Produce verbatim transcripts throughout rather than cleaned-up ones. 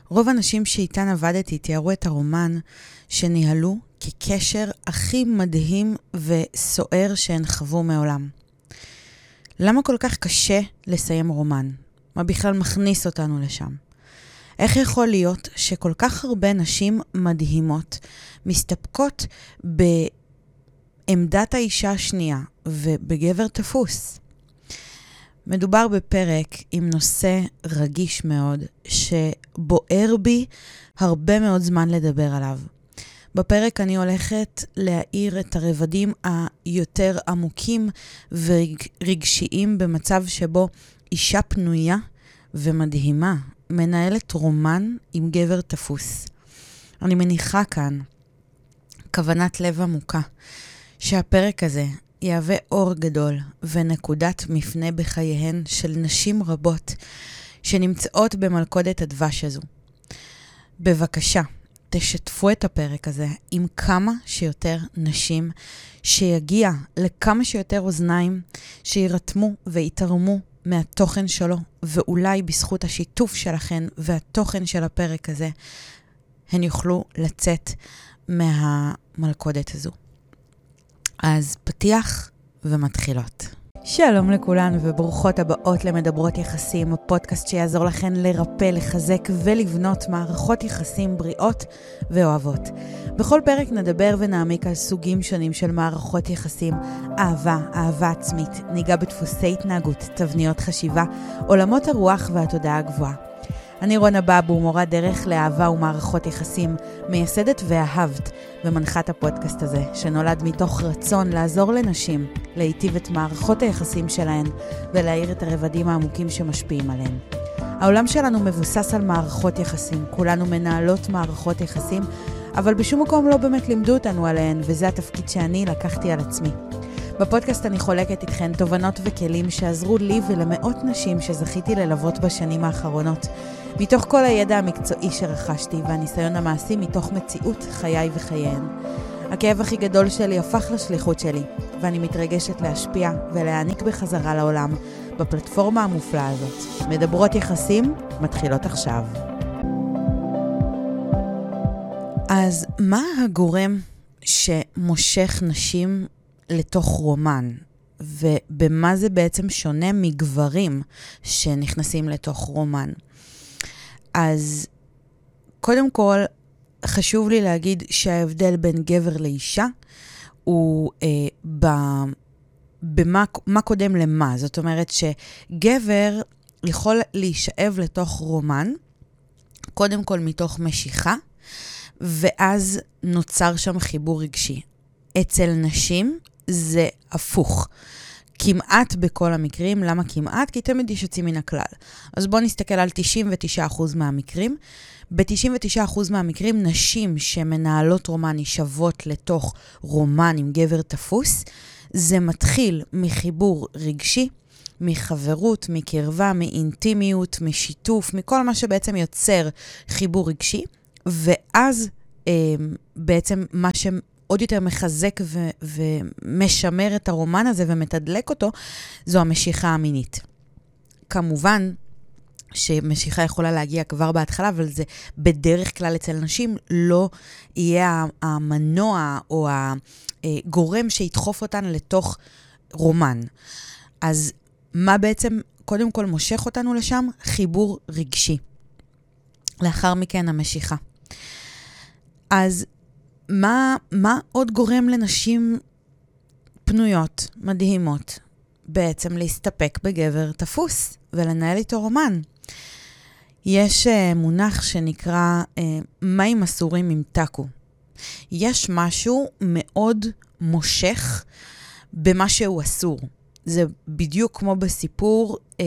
רוב הנשים שאיתן עבדתי תיארו את הרומן שניהלו כקשר הכי מדהים וסוער שהן חוו מעולם. למה כל כך קשה לסיים רומן? מה בכלל מכניס אותנו לשם? איך יכול להיות שכל כך הרבה נשים מדהימות מסתפקות בעמדת האישה השנייה ובגבר תפוס? מדובר בפרק עם נושא רגיש מאוד שבוער בי הרבה מאוד זמן לדבר עליו. בפרק אני הולכת להאיר את הרבדים היותר עמוקים ורגשיים במצב שבו אישה פנויה ומדהימה מנהלת רומן עם גבר תפוס. אני מניחה כאן כוונת לב עמוקה שהפרק הזה יהווה אור גדול ונקודת מפנה בחייהן של נשים רבות שנמצאות במלכודת הדבש הזו. בבקשה, תשתפו את הפרק הזה עם כמה שיותר נשים, שיגיע לכמה שיותר אוזניים, שירתמו ויתרמו מהתוכן שלו, ואולי בזכות השיתוף שלכן והתוכן של הפרק הזה, הן יוכלו לצאת מהמלכודת הזו. אז פתיח ומתחילות. שלום לכולן וברוכות הבאות למדברות יחסים, הפודקאסט שיעזור לכן לרפא, לחזק ולבנות מערכות יחסים בריאות ואוהבות. בכל פרק נדבר ונעמיק על סוגים שונים של מערכות יחסים, אהבה, אהבה עצמית, ניגע בדפוסי התנהגות, תבניות חשיבה, עולמות הרוח והתודעה הגבוהה. אני רונה בבו, מורה דרך לאהבה ומערכות יחסים, מייסדת ואהבת ומנחת הפודקאסט הזה, שנולד מתוך רצון לעזור לנשים, להיטיב את מערכות היחסים שלהן ולהאיר את הרבדים העמוקים שמשפיעים עליהן. העולם שלנו מבוסס על מערכות יחסים, כולנו מנהלות מערכות יחסים, אבל בשום מקום לא באמת לימדו אותנו עליהן, וזה התפקיד שאני לקחתי על עצמי. בפודקאסט אני חולקת איתכן תובנות וכלים שעזרו לי ולמאות נשים שזכיתי ללוות בשנים האחרונות, מתוך כל הידע המקצועי שרכשתי והניסיון המעשי מתוך מציאות חיי וחייהן. הכאב הכי גדול שלי הפך לשליחות שלי, ואני מתרגשת להשפיע ולהעניק בחזרה לעולם בפלטפורמה המופלאה הזאת. מדברות יחסים מתחילות עכשיו. אז מה הגורם שמושך נשים לתוך רומן, ובמה זה בעצם שונה מגברים שנכנסים לתוך רומן? אז קודם כל חשוב לי להגיד שההבדל בין גבר לאישה הוא אה, ב, במה מה קודם למה. זאת אומרת שגבר יכול להישאב לתוך רומן, קודם כל מתוך משיכה, ואז נוצר שם חיבור רגשי. אצל נשים זה הפוך. כמעט בכל המקרים. למה כמעט? כי תמיד יש יוצאים מן הכלל. אז בואו נסתכל על תשעים ותשעה אחוז מהמקרים. ב-תשעים ותשעה אחוז מהמקרים, נשים שמנהלות רומן שוות לתוך רומן עם גבר תפוס, זה מתחיל מחיבור רגשי, מחברות, מקרבה, מאינטימיות, משיתוף, מכל מה שבעצם יוצר חיבור רגשי, ואז אה, בעצם מה ש... עוד יותר מחזק ו- ומשמר את הרומן הזה ומתדלק אותו, זו המשיכה המינית. כמובן שמשיכה יכולה להגיע כבר בהתחלה, אבל זה בדרך כלל אצל נשים לא יהיה המנוע או הגורם שידחוף אותן לתוך רומן. אז מה בעצם קודם כל מושך אותנו לשם? חיבור רגשי. לאחר מכן המשיכה. אז מה, מה עוד גורם לנשים פנויות, מדהימות, בעצם להסתפק בגבר תפוס ולנהל איתו רומן? יש uh, מונח שנקרא uh, מים אסורים עם טקו. יש משהו מאוד מושך במה שהוא אסור. זה בדיוק כמו בסיפור uh,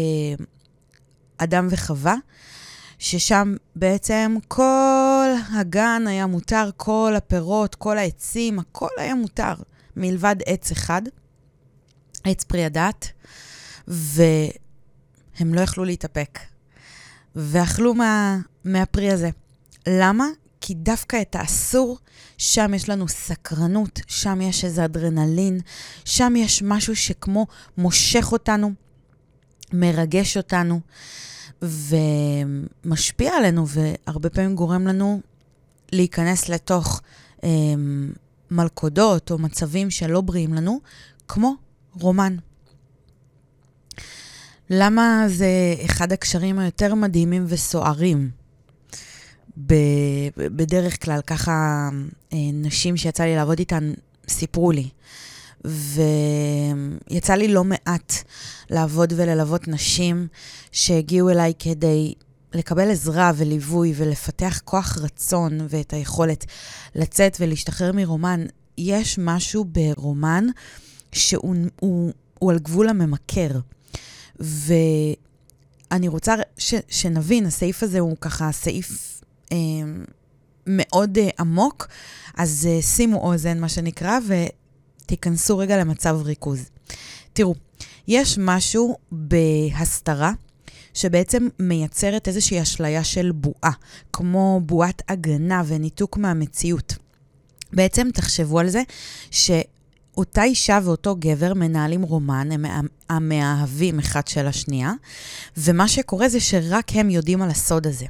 אדם וחווה, ששם בעצם כל הגן היה מותר, כל הפירות, כל העצים, הכל היה מותר, מלבד עץ אחד, עץ פרי הדת, והם לא יכלו להתאפק. ואכלו מה, מהפרי הזה. למה? כי דווקא את האסור, שם יש לנו סקרנות, שם יש איזה אדרנלין, שם יש משהו שכמו מושך אותנו, מרגש אותנו, ומשפיע עלינו, והרבה פעמים גורם לנו להיכנס לתוך אה, מלכודות או מצבים שלא בריאים לנו, כמו רומן. למה זה אחד הקשרים היותר מדהימים וסוערים? בדרך כלל, ככה נשים שיצא לי לעבוד איתן סיפרו לי. ויצא לי לא מעט לעבוד וללוות נשים שהגיעו אליי כדי לקבל עזרה וליווי ולפתח כוח רצון ואת היכולת לצאת ולהשתחרר מרומן. יש משהו ברומן שהוא הוא, הוא על גבול הממכר. ואני רוצה ש, שנבין, הסעיף הזה הוא ככה סעיף אה, מאוד אה, עמוק, אז אה, שימו אוזן מה שנקרא ותיכנסו רגע למצב ריכוז. תראו, יש משהו בהסתרה שבעצם מייצרת איזושהי אשליה של בועה, כמו בועת הגנה וניתוק מהמציאות. בעצם תחשבו על זה ש... אותה אישה ואותו גבר מנהלים רומן, הם המאהבים אחד של השנייה, ומה שקורה זה שרק הם יודעים על הסוד הזה.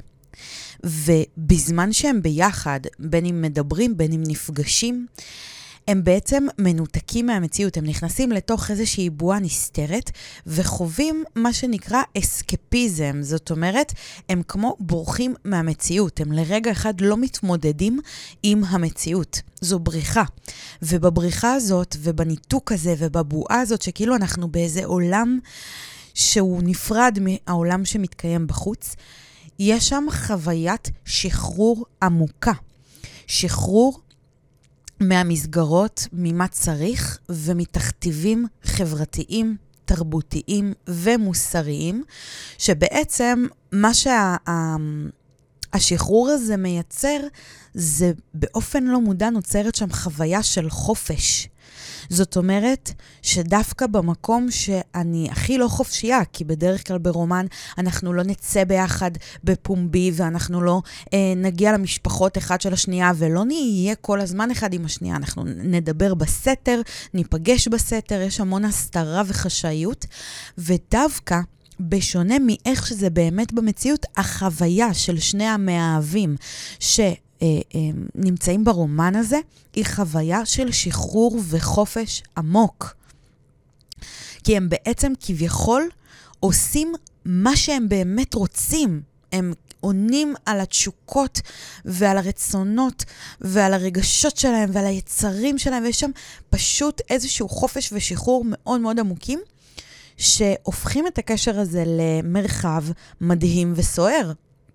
ובזמן שהם ביחד, בין אם מדברים, בין אם נפגשים, הם בעצם מנותקים מהמציאות, הם נכנסים לתוך איזושהי בועה נסתרת, וחווים מה שנקרא אסקפיזם, זאת אומרת, הם כמו בורחים מהמציאות, הם לרגע אחד לא מתמודדים עם המציאות, זו בריחה. ובבריחה הזאת, ובניתוק הזה, ובבועה הזאת, שכאילו אנחנו באיזה עולם שהוא נפרד מהעולם שמתקיים בחוץ, יש שם חוויית שחרור עמוקה. שחרור מהמסגרות, ממה צריך, ומתכתיבים חברתיים, תרבותיים ומוסריים, שבעצם מה שהשחרור הזה מייצר, זה באופן לא מודע נוצרת שם חוויה של חופש. זאת אומרת שדווקא במקום שאני הכי לא חופשייה, כי בדרך כלל ברומן אנחנו לא נצא ביחד בפומבי, ואנחנו לא אה, נגיע למשפחות אחד של השנייה, ולא נהיה כל הזמן אחד עם השנייה, אנחנו נדבר בסתר, ניפגש בסתר, יש המון הסתרה וחשאיות, ודווקא בשונה מאיך שזה באמת במציאות, החוויה של שני המאהבים ש... נמצאים ברומן הזה, היא חוויה של שחרור וחופש עמוק. כי הם בעצם כביכול עושים מה שהם באמת רוצים. הם עונים על התשוקות ועל הרצונות ועל הרגשות שלהם ועל היצרים שלהם, ויש שם פשוט איזשהו חופש ושחרור מאוד מאוד עמוקים, שהופכים את הקשר הזה למרחב מדהים וסוער.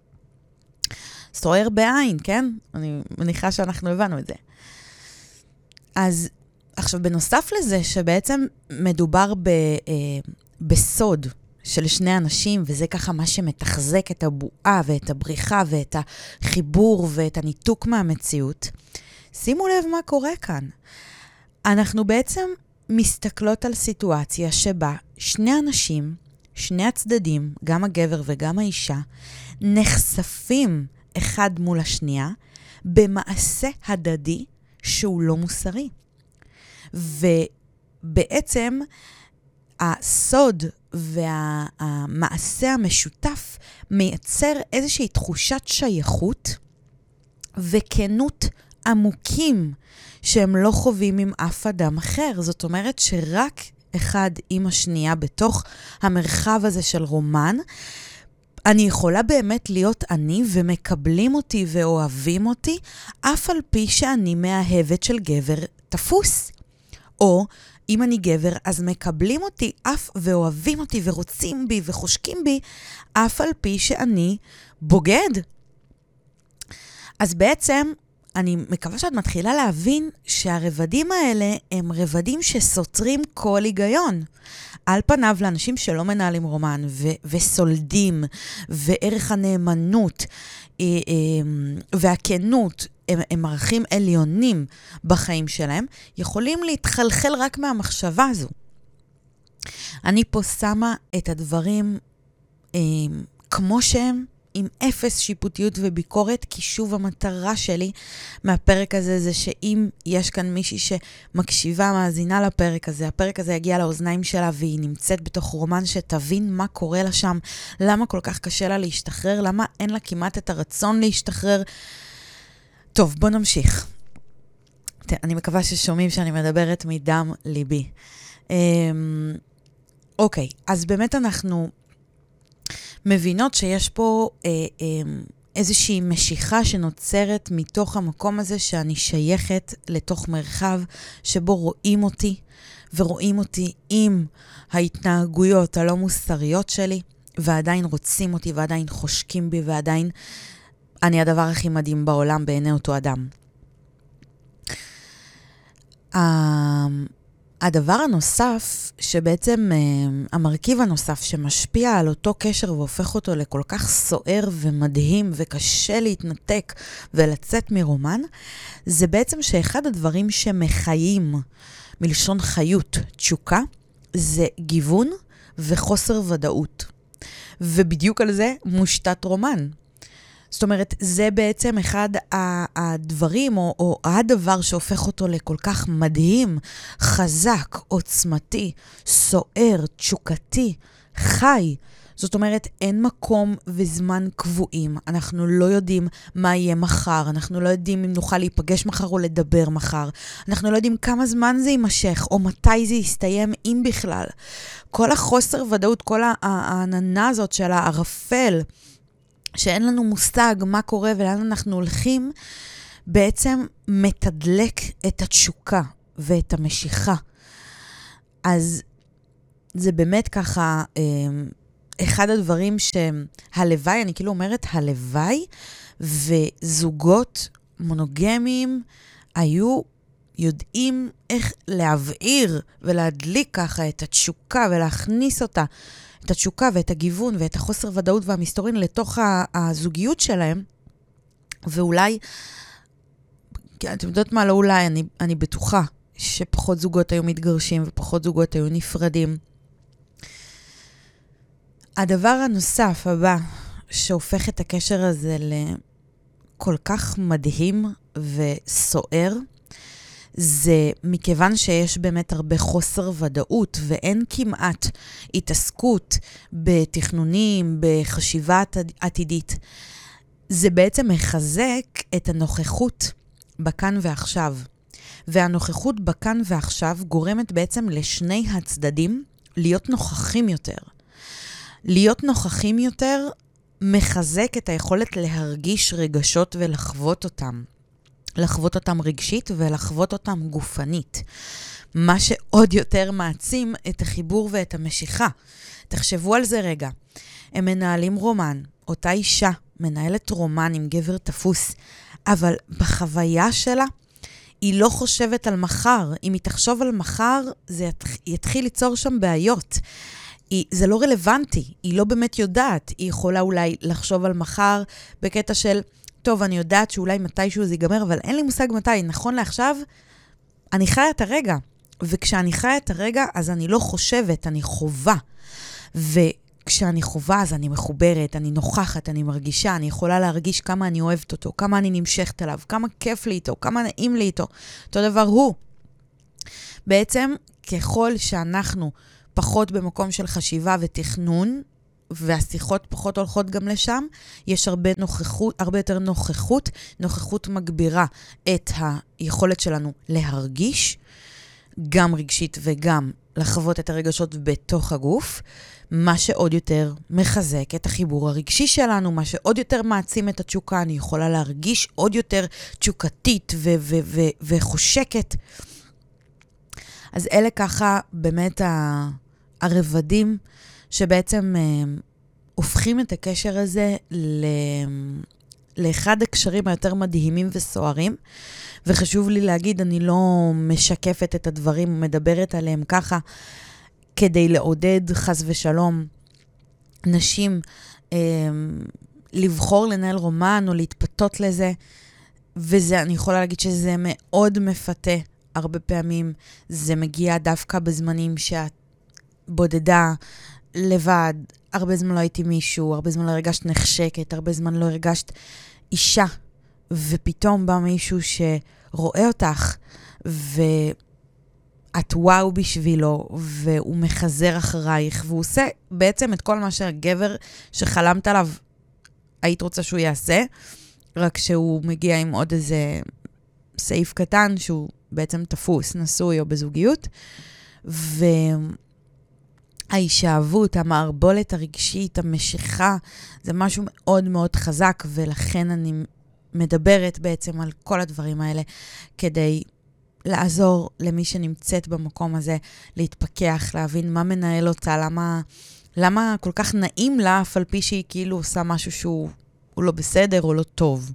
סוער בעין, כן? אני מניחה שאנחנו הבנו את זה. אז עכשיו, בנוסף לזה שבעצם מדובר ב, אה, בסוד של שני אנשים, וזה ככה מה שמתחזק את הבועה ואת הבריחה ואת החיבור ואת הניתוק מהמציאות, שימו לב מה קורה כאן. אנחנו בעצם מסתכלות על סיטואציה שבה שני אנשים, שני הצדדים, גם הגבר וגם האישה, נחשפים אחד מול השנייה, במעשה הדדי שהוא לא מוסרי. ובעצם הסוד והמעשה המשותף מייצר איזושהי תחושת שייכות וכנות עמוקים שהם לא חווים עם אף אדם אחר. זאת אומרת שרק אחד עם השנייה בתוך המרחב הזה של רומן, אני יכולה באמת להיות אני ומקבלים אותי ואוהבים אותי, אף על פי שאני מאהבת של גבר תפוס. או אם אני גבר, אז מקבלים אותי אף ואוהבים אותי ורוצים בי וחושקים בי, אף על פי שאני בוגד. אז בעצם אני מקווה שאת מתחילה להבין שהרבדים האלה הם רבדים שסותרים כל היגיון. על פניו לאנשים שלא מנהלים רומן ו- וסולדים, וערך הנאמנות אה, אה, והכנות, הם, הם ערכים עליונים בחיים שלהם, יכולים להתחלחל רק מהמחשבה הזו. אני פה שמה את הדברים אה, כמו שהם, עם אפס שיפוטיות וביקורת, כי שוב המטרה שלי מהפרק הזה זה שאם יש כאן מישהי שמקשיבה, מאזינה לפרק הזה, הפרק הזה יגיע לאוזניים שלה והיא נמצאת בתוך רומן שתבין מה קורה לה שם, למה כל כך קשה לה להשתחרר, למה אין לה כמעט את הרצון להשתחרר. טוב, בוא נמשיך. אני מקווה ששומעים שאני מדברת מדם ליבי. אוקיי, אז באמת אנחנו מבינות שיש פה אה, אה, איזושהי משיכה שנוצרת מתוך המקום הזה שאני שייכת לתוך מרחב שבו רואים אותי, ורואים אותי עם ההתנהגויות הלא מוסריות שלי, ועדיין רוצים אותי, ועדיין חושקים בי, ועדיין אני הדבר הכי מדהים בעולם בעיני אותו אדם. הדבר הנוסף, שבעצם המרכיב הנוסף שמשפיע על אותו קשר והופך אותו לכל כך סוער ומדהים וקשה להתנתק ולצאת מרומן, זה בעצם שאחד הדברים שמחיים מלשון חיות, תשוקה, זה גיוון וחוסר ודאות. ובדיוק על זה מושתת רומן. זאת אומרת, זה בעצם אחד הדברים, או, או הדבר שהופך אותו לכל כך מדהים, חזק, עוצמתי, סוער, תשוקתי, חי. זאת אומרת, אין מקום וזמן קבועים. אנחנו לא יודעים מה יהיה מחר. אנחנו לא יודעים אם נוכל להיפגש מחר או לדבר מחר. אנחנו לא יודעים כמה זמן זה יימשך, או מתי זה יסתיים, אם בכלל. כל החוסר ודאות, כל העננה הזאת של הערפל, שאין לנו מושג מה קורה ולאן אנחנו הולכים, בעצם מתדלק את התשוקה ואת המשיכה. אז זה באמת ככה, אחד הדברים שהלוואי, אני כאילו אומרת הלוואי, וזוגות מונוגמיים היו יודעים איך להבעיר ולהדליק ככה את התשוקה ולהכניס אותה, את התשוקה ואת הגיוון ואת החוסר ודאות והמסתורין לתוך הזוגיות שלהם, ואולי, אתם יודעות מה, לא אולי, אני, אני בטוחה שפחות זוגות היו מתגרשים ופחות זוגות היו נפרדים. הדבר הנוסף הבא שהופך את הקשר הזה לכל כך מדהים וסוער, זה מכיוון שיש באמת הרבה חוסר ודאות, ואין כמעט התעסקות בתכנונים, בחשיבה עתידית. זה בעצם מחזק את הנוכחות בכאן ועכשיו. והנוכחות בכאן ועכשיו גורמת בעצם לשני הצדדים להיות נוכחים יותר. להיות נוכחים יותר מחזק את היכולת להרגיש רגשות ולחוות אותם. לחוות אותם רגשית ולחוות אותם גופנית. מה שעוד יותר מעצים את החיבור ואת המשיכה. תחשבו על זה רגע. הם מנהלים רומן. אותה אישה מנהלת רומן עם גבר תפוס. אבל בחוויה שלה, היא לא חושבת על מחר. אם היא תחשוב על מחר, זה יתחיל ליצור שם בעיות. היא, זה לא רלוונטי. היא לא באמת יודעת. היא יכולה אולי לחשוב על מחר בקטע של טוב, אני יודעת שאולי מתישהו זה ייגמר, אבל אין לי מושג מתי. נכון לעכשיו, אני חיה את הרגע. וכשאני חיה את הרגע, אז אני לא חושבת, אני חובה. וכשאני חובה, אז אני מחוברת, אני נוכחת, אני מרגישה, אני יכולה להרגיש כמה אני אוהבת אותו, כמה אני נמשכת עליו, כמה כיף לי איתו, כמה נעים לי איתו. אותו דבר הוא. בעצם, ככל שאנחנו פחות במקום של חשיבה ותכנון, והשיחות פחות הולכות גם לשם, יש הרבה נוכחות, הרבה יותר נוכחות, נוכחות מגבירה את היכולת שלנו להרגיש, גם רגשית וגם לחוות את הרגשות בתוך הגוף, מה שעוד יותר מחזק את החיבור הרגשי שלנו, מה שעוד יותר מעצים את התשוקה, אני יכולה להרגיש עוד יותר תשוקתית ו- ו- ו- וחושקת. אז אלה ככה באמת ה- הרבדים, שבעצם אה, הופכים את הקשר הזה ל... לאחד הקשרים היותר מדהימים וסוערים, וחשוב לי להגיד, אני לא משקפת את הדברים, מדברת עליהם ככה, כדי לעודד חס ושלום נשים אה, לבחור לנהל רומן או להתפתות לזה, וזה, אני יכולה להגיד שזה מאוד מפתה, הרבה פעמים זה מגיע דווקא בזמנים שאת בודדה, לבד, הרבה זמן לא הייתי מישהו, הרבה זמן לא הרגשת נחשקת, הרבה זמן לא הרגשת אישה, ופתאום בא מישהו שרואה אותך, ואת וואו בשבילו, והוא מחזר אחרייך, והוא עושה בעצם את כל מה שהגבר שחלמת עליו, היית רוצה שהוא יעשה, רק שהוא מגיע עם עוד איזה סעיף קטן, שהוא בעצם תפוס, נשוי או בזוגיות, וההישאבות, המערבולת הרגשית, המשיכה, זה משהו מאוד מאוד חזק, ולכן אני מדברת בעצם על כל הדברים האלה, כדי לעזור למי שנמצאת במקום הזה, להתפכח, להבין מה מנהל אותה, למה, למה כל כך נעים לה, אף על פי שהיא כאילו עושה משהו שהוא לא בסדר או לא טוב.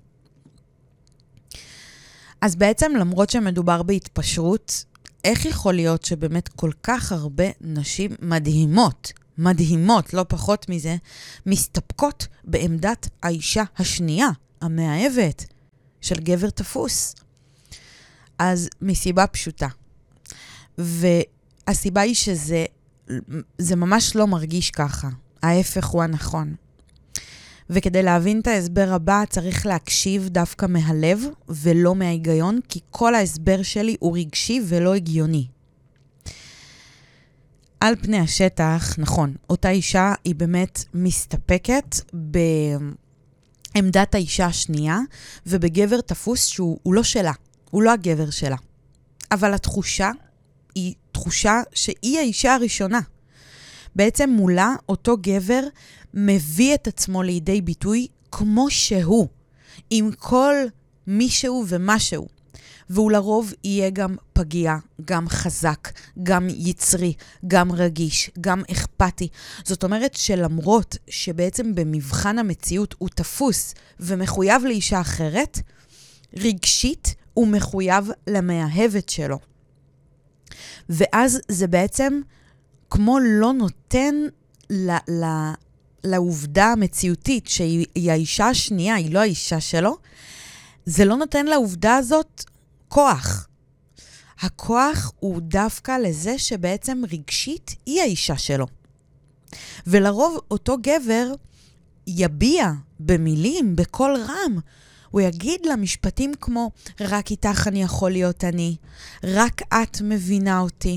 אז בעצם, למרות שמדובר בהתפשרות, איך יכול להיות שבאמת כל כך הרבה נשים מדהימות, מדהימות, לא פחות מזה, מסתפקות בעמדת האישה השנייה, המאהבת, של גבר תפוס? אז מסיבה פשוטה. והסיבה היא שזה זה ממש לא מרגיש ככה. ההפך הוא הנכון. וכדי להבין את ההסבר הבא, צריך להקשיב דווקא מהלב ולא מההיגיון, כי כל ההסבר שלי הוא רגשי ולא הגיוני. על פני השטח, נכון, אותה אישה היא באמת מסתפקת בעמדת האישה השנייה, ובגבר תפוס שהוא לא שלה, הוא לא הגבר שלה. אבל התחושה היא תחושה שהיא האישה הראשונה. בעצם מולה אותו גבר מביא את עצמו לידי ביטוי כמו שהוא, עם כל מישהו ומשהו. והוא לרוב יהיה גם פגיע, גם חזק, גם יצרי, גם רגיש, גם אכפתי. זאת אומרת שלמרות שבעצם במבחן המציאות הוא תפוס ומחויב לאישה אחרת, רגשית הוא מחויב למאהבת שלו. ואז זה בעצם כמו לא נותן ל, ל, לעובדה המציאותית שהיא האישה השנייה, היא לא האישה שלו, זה לא נותן לעובדה הזאת כוח. הכוח הוא דווקא לזה שבעצם רגשית היא האישה שלו. ולרוב אותו גבר יביע במילים, בכל רם, הוא יגיד לה משפטים כמו, רק איתך אני יכול להיות אני, רק את מבינה אותי.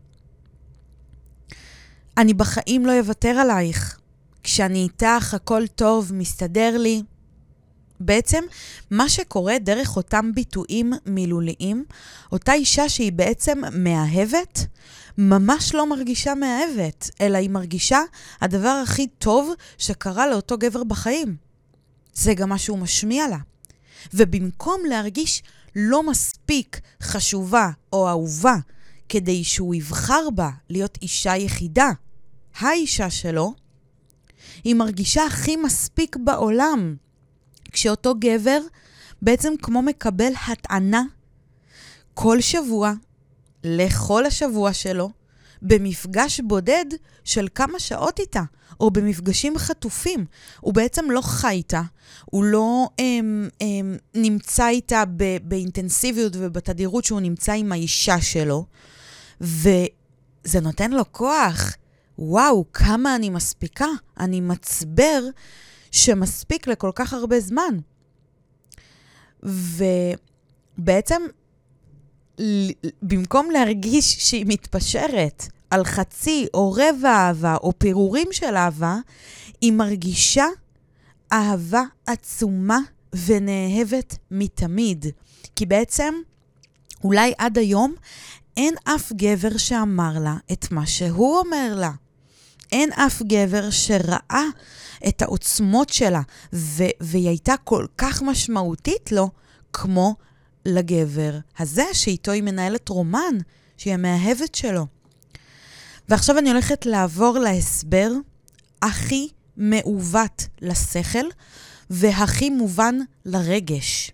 אני בחיים לא אוותר עלייך. כשאני איתך הכל טוב, מסתדר לי. בעצם מה שקורה דרך אותם ביטויים מילוליים, אותה אישה שהיא בעצם מאהבת, ממש לא מרגישה מאהבת, אלא היא מרגישה הדבר הכי טוב שקרה לאותו גבר בחיים. זה גם מה שהוא משמיע לה. ובמקום להרגיש לא מספיק חשובה או אהובה, כדי שהוא יבחר בה להיות אישה יחידה, האישה שלו, היא מרגישה הכי מספיק בעולם, כשאותו גבר בעצם כמו מקבל הטענה כל שבוע, לכל השבוע שלו, במפגש בודד של כמה שעות איתה, או במפגשים חטופים. הוא בעצם לא חי איתה, הוא לא הם, הם, נמצא איתה ב, באינטנסיביות ובתדירות שהוא נמצא עם האישה שלו, וזה נותן לו כוח. וואו, כמה אני מספיקה, אני מצבר שמספיק לכל כך הרבה זמן. ובעצם, במקום להרגיש שהיא מתפשרת על חצי או רבע אהבה או פירורים של אהבה, היא מרגישה אהבה עצומה ונאהבת מתמיד. כי בעצם, אולי עד היום, אין אף גבר שאמר לה את מה שהוא אומר לה. אין אף גבר שראה את העוצמות שלה, ו- והיא הייתה כל כך משמעותית לו, כמו לגבר הזה, שאיתו היא מנהלת רומן, שהיא המאהבת שלו. ועכשיו אני הולכת לעבור להסבר הכי מעוות לשכל, והכי מובן לרגש.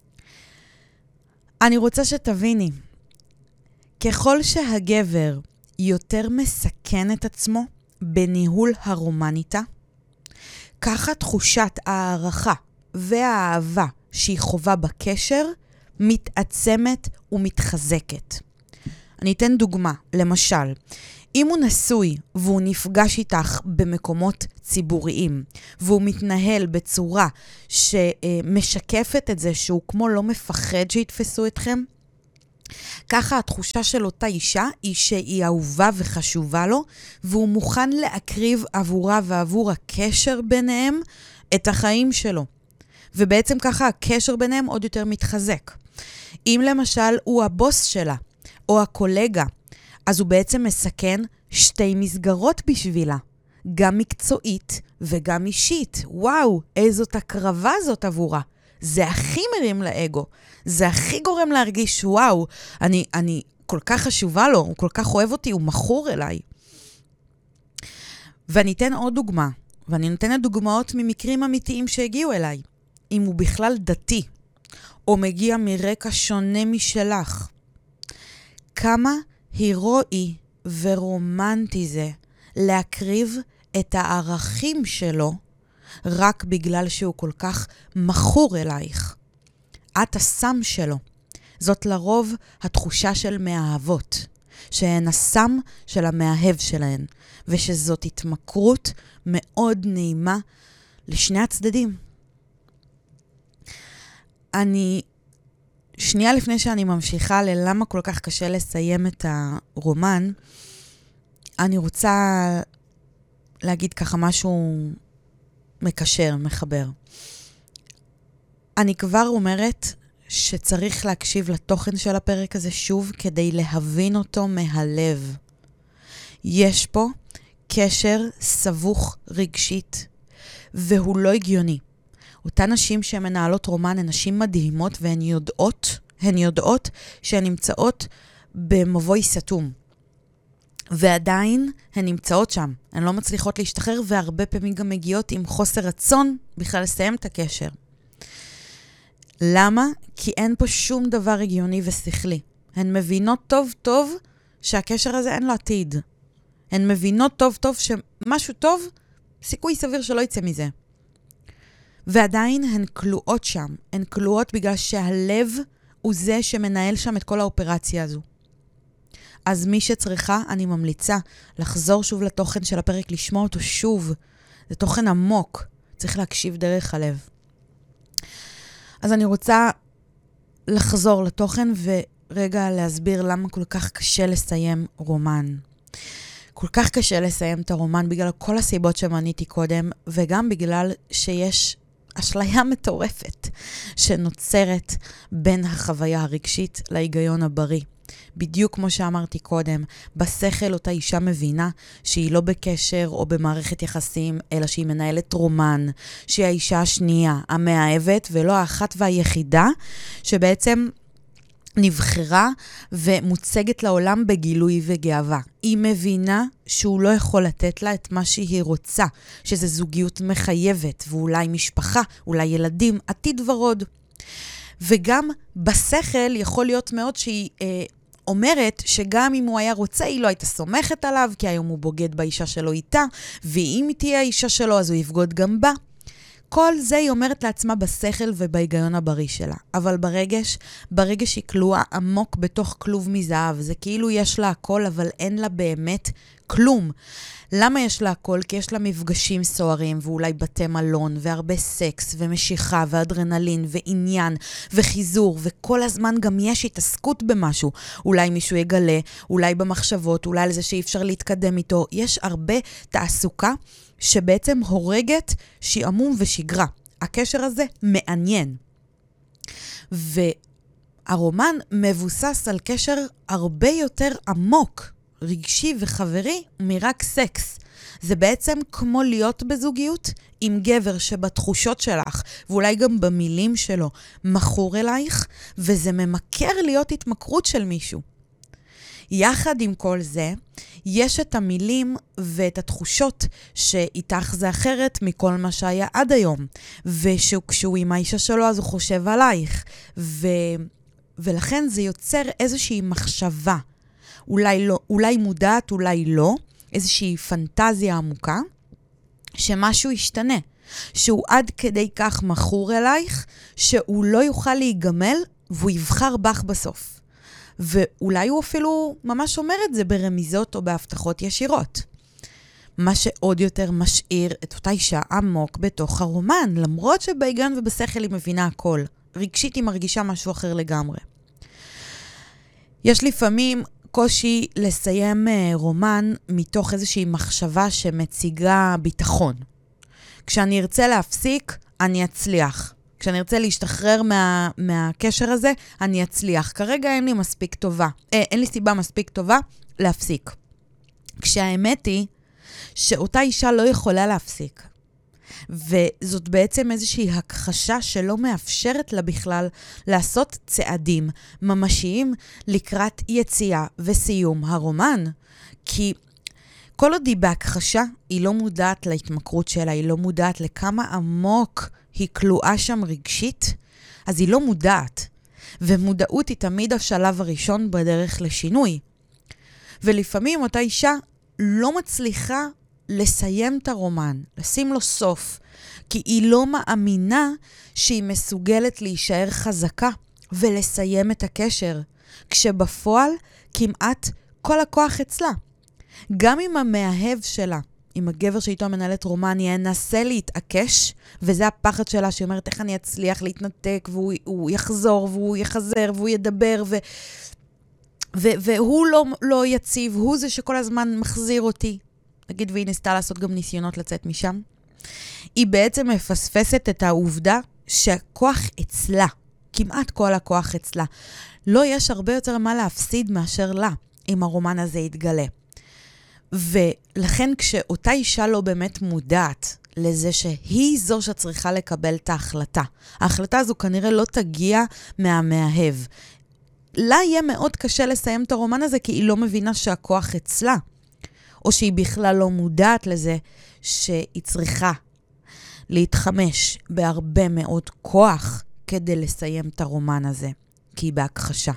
אני רוצה שתביני, ככל שהגבר יותר מסכן את עצמו בניהול הרומניטה, ככה תחושת הערכה והאהבה שהיא חובה בקשר מתעצמת ומתחזקת. אני אתן דוגמה, למשל, אם הוא נשוי והוא נפגש איתך במקומות ציבוריים, והוא מתנהל בצורה שמשקפת את זה שהוא כמו לא מפחד שיתפסו אתכם, ככה התחושה של אותה אישה היא שהיא אהובה וחשובה לו, והוא מוכן להקריב עבורה ועבור הקשר ביניהם את החיים שלו. ובעצם ככה הקשר ביניהם עוד יותר מתחזק. אם למשל הוא הבוס שלה, או הקולגה, אז הוא בעצם מסכן שתי מסגרות בשבילה. גם מקצועית וגם אישית. וואו, איזאת הקרבה זאת עבורה. זה הכי מרים לאגו. זה הכי גורם להרגיש, וואו, אני, אני כל כך חשובה לו, הוא כל כך אוהב אותי, הוא מכור אליי. ואני אתן עוד דוגמה, ואני נותנת דוגמאות ממקרים אמיתיים שהגיעו אליי. אם הוא בכלל דתי, או מגיע מרקע שונה משלך. כמה הירואי ורומנטי זה להקריב את הערכים שלו רק בגלל שהוא כל כך מכור אלייך. את הסם שלו. זאת לרוב התחושה של מאהבות, שהן הסם של המאהב שלהן, ושזאת התמכרות מאוד נעימה לשני הצדדים. אני, שנייה לפני שאני ממשיכה ללמה כל כך קשה לסיים את הרומן, אני רוצה להגיד ככה משהו מקשר, מחבר. אני כבר אומרת שצריך להקשיב לתוכן של הפרק הזה שוב כדי להבין אותו מהלב. יש פה קשר סבוך רגשית, והוא לא הגיוני. אותן נשים שמנהלות רומן הן נשים מדהימות, והן יודעות, הן יודעות שהן נמצאות במבוי סתום. ועדיין הן נמצאות שם. הן לא מצליחות להשתחרר, והרבה פעמים גם מגיעות עם חוסר רצון בכלל לסיים את הקשר. למה? כי אין פה שום דבר הגיוני ושכלי. הן מבינות טוב טוב שהקשר הזה אין לו עתיד. הן מבינות טוב טוב שמשהו טוב, סיכוי סביר שלא יצא מזה. ועדיין הן כלואות שם. הן כלואות בגלל שהלב הוא זה שמנהל שם את כל האופרציה הזו. אז מי שצריכה, אני ממליצה לחזור שוב לתוכן של הפרק, לשמוע אותו שוב. זה תוכן עמוק. צריך להקשיב דרך הלב. אז אני רוצה לחזור לתוכן ורגע להסביר למה כל כך קשה לסיים רומן. כל כך קשה לסיים את הרומן בגלל כל הסיבות שמניתי קודם, וגם בגלל שיש אשליה מטורפת שנוצרת בין החוויה הרגשית להיגיון הבריא. בדיוק כמו שאמרתי קודם, בשכל אותה אישה מבינה שהיא לא בקשר או במערכת יחסים, אלא שהיא מנהלת רומן, שהיא האישה השנייה, המאהבת, ולא האחת והיחידה, שבעצם נבחרה ומוצגת לעולם בגילוי וגאווה. היא מבינה שהוא לא יכול לתת לה את מה שהיא רוצה, שזה זוגיות מחייבת, ואולי משפחה, אולי ילדים, עתיד ורוד. וגם בשכל יכול להיות מאוד שהיא אה, אומרת שגם אם הוא היה רוצה, היא לא הייתה סומכת עליו, כי היום הוא בוגד באישה שלו איתה, ואם היא תהיה האישה שלו, אז הוא יבגוד גם בה. כל זה היא אומרת לעצמה בשכל ובהיגיון הבריא שלה. אבל ברגש, ברגש היא כלואה עמוק בתוך כלוב מזהב. זה כאילו יש לה הכל, אבל אין לה באמת כלום. למה יש לה הכל? כי יש לה מפגשים סוערים, ואולי בתי מלון, והרבה סקס, ומשיכה, ואדרנלין, ועניין, וחיזור, וכל הזמן גם יש התעסקות במשהו. אולי מישהו יגלה, אולי במחשבות, אולי על זה שאי אפשר להתקדם איתו. יש הרבה תעסוקה שבעצם הורגת שעמום ושגרה. הקשר הזה מעניין. והרומן מבוסס על קשר הרבה יותר עמוק, רגשי וחברי, מרק סקס. זה בעצם כמו להיות בזוגיות עם גבר שבתחושות שלך, ואולי גם במילים שלו, מכור אלייך, וזה ממכר להיות התמכרות של מישהו. יחד עם כל זה, יש את המילים ואת התחושות שאיתך זה אחרת מכל מה שהיה עד היום. ושכשהוא עם האישה שלו, אז הוא חושב עלייך. ו... ולכן זה יוצר איזושהי מחשבה. אולי, לא, אולי מודעת, אולי לא. איזושהי פנטזיה עמוקה. שמשהו ישתנה. שהוא עד כדי כך מכור אלייך, שהוא לא יוכל להיגמל, והוא יבחר בך בסוף. ואולי הוא אפילו ממש אומר את זה ברמיזות או בהבטחות ישירות. מה שעוד יותר משאיר את אותה אישה עמוק בתוך הרומן, למרות שבהיגיון ובשכל היא מבינה הכל. רגשית היא מרגישה משהו אחר לגמרי. יש לפעמים קושי לסיים רומן מתוך איזושהי מחשבה שמציגה ביטחון. כשאני ארצה להפסיק, אני אצליח. כשאני ארצה להשתחרר מה, מהקשר הזה, אני אצליח. כרגע אין לי מספיק טובה. אה, אין לי סיבה מספיק טובה להפסיק. כשהאמת היא שאותה אישה לא יכולה להפסיק. וזאת בעצם איזושהי הכחשה שלא מאפשרת לה בכלל לעשות צעדים ממשיים לקראת יציאה וסיום הרומן. כי כל עוד היא בהכחשה, היא לא מודעת להתמכרות שלה, היא לא מודעת לכמה עמוק היא כלואה שם רגשית, אז היא לא מודעת. ומודעות היא תמיד השלב הראשון בדרך לשינוי. ולפעמים אותה אישה לא מצליחה לסיים את הרומן, לשים לו סוף, כי היא לא מאמינה שהיא מסוגלת להישאר חזקה ולסיים את הקשר, כשבפועל כמעט כל הכוח אצלה. גם אם המאהב שלה, אם הגבר שאיתו מנהלת רומן, ינסה להתעקש, וזה הפחד שלה שהיא אומרת, איך אני אצליח להתנתק, והוא הוא יחזור, והוא יחזר, והוא ידבר, ו, ו, והוא לא, לא יציב, הוא זה שכל הזמן מחזיר אותי. נגיד, והיא ניסתה לעשות גם ניסיונות לצאת משם. היא בעצם מפספסת את העובדה שהכוח אצלה, כמעט כל הכוח אצלה. לא יש הרבה יותר מה להפסיד מאשר לה, אם הרומן הזה יתגלה. ולכן כשאותה אישה לא באמת מודעת לזה שהיא זו שצריכה לקבל את ההחלטה, ההחלטה הזו כנראה לא תגיע מהמאהב. לה יהיה מאוד קשה לסיים את הרומן הזה, כי היא לא מבינה שהכוח אצלה. או שהיא בכלל לא מודעת לזה שהיא צריכה להתחמש בהרבה מאוד כוח כדי לסיים את הרומן הזה, כי היא בהכחשה.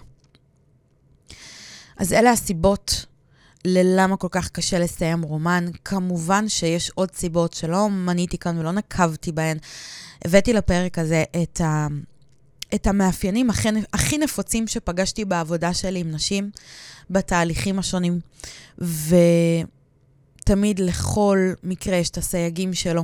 אז אלה הסיבות ללמה כל כך קשה לסיים רומן. כמובן שיש עוד סיבות שלא מניתי כאן ולא נקבתי בהן. הבאתי לפרק הזה את, ה... את המאפיינים הכי, הכי נפוצים שפגשתי בעבודה שלי עם נשים בתהליכים השונים. ותמיד לכל מקרה יש את הסייגים שלו.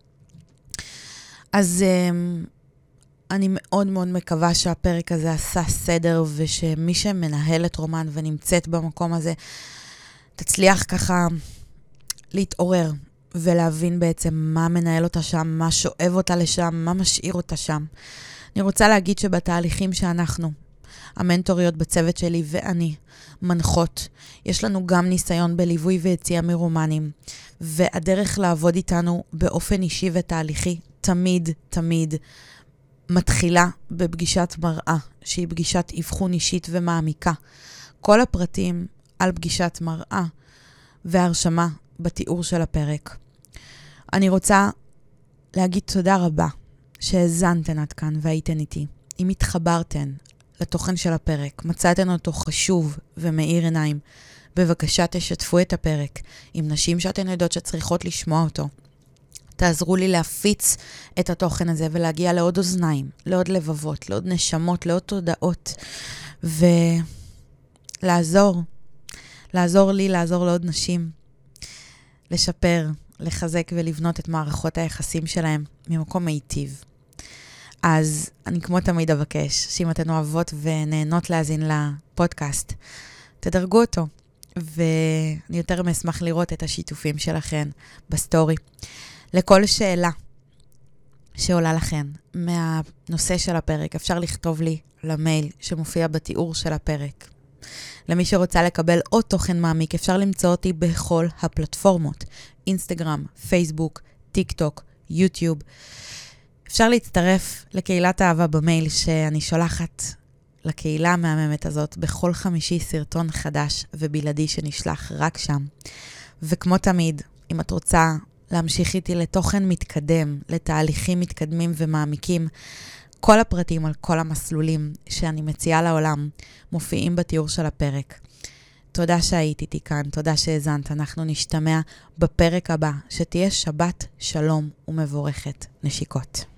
אז אני מאוד מאוד מקווה שהפרק הזה עשה סדר, ושמי שמנהלת רומן ונמצאת במקום הזה, תצליח ככה להתעורר ולהבין בעצם מה מנהל אותה שם, מה שואב אותה לשם, מה משאיר אותה שם. אני רוצה להגיד שבתהליכים שאנחנו, המנטוריות בצוות שלי ואני, מנחות, יש לנו גם ניסיון בליווי ויציאה מרומנים, והדרך לעבוד איתנו באופן אישי ותהליכי תמיד, תמיד מתחילה בפגישת מראה, שהיא פגישת אבחון אישית ומעמיקה. כל הפרטים על פגישת מראה והרשמה בתיאור של הפרק. אני רוצה להגיד תודה רבה שהזנתן עד כאן והייתן איתי. אם התחברתן לתוכן של הפרק, מצאתן אותו חשוב ומאיר עיניים, בבקשה תשתפו את הפרק עם נשים שאתן יודעות שצריכות לשמוע אותו. תעזרו לי להפיץ את התוכן הזה ולהגיע לעוד אוזניים, לעוד לבבות, לעוד נשמות, לעוד תודעות, ולעזור, לעזור לי, לעזור לעוד נשים, לשפר, לחזק ולבנות את מערכות היחסים שלהם ממקום מיטיב. אז אני כמו תמיד אבקש, שאם אתן אוהבות ונהנות להאזין לפודקאסט, תדרגו אותו, ואני יותר מאשמח לראות את השיתופים שלכן בסטורי. לכל שאלה שעולה לכן מהנושא של הפרק, אפשר לכתוב לי למייל שמופיע בתיאור של הפרק. למי שרוצה לקבל עוד תוכן מעמיק, אפשר למצוא אותי בכל הפלטפורמות. אינסטגרם, פייסבוק, טיק טוק, יוטיוב. אפשר להצטרף לקהילת האהבה במייל שאני שולחת לקהילה המהממת הזאת בכל חמישי סרטון חדש ובלעדי שנשלח רק שם. וכמו תמיד, אם את רוצה להמשיך איתי לתוכן מתקדם, לתהליכים מתקדמים ומעמיקים, כל הפרטים על כל המסלולים שאני מציעה לעולם מופיעים בתיאור של הפרק. תודה שהיית איתי כאן, תודה שהזנת. אנחנו נשתמע בפרק הבא. שתהיה שבת שלום ומבורכת. נשיקות.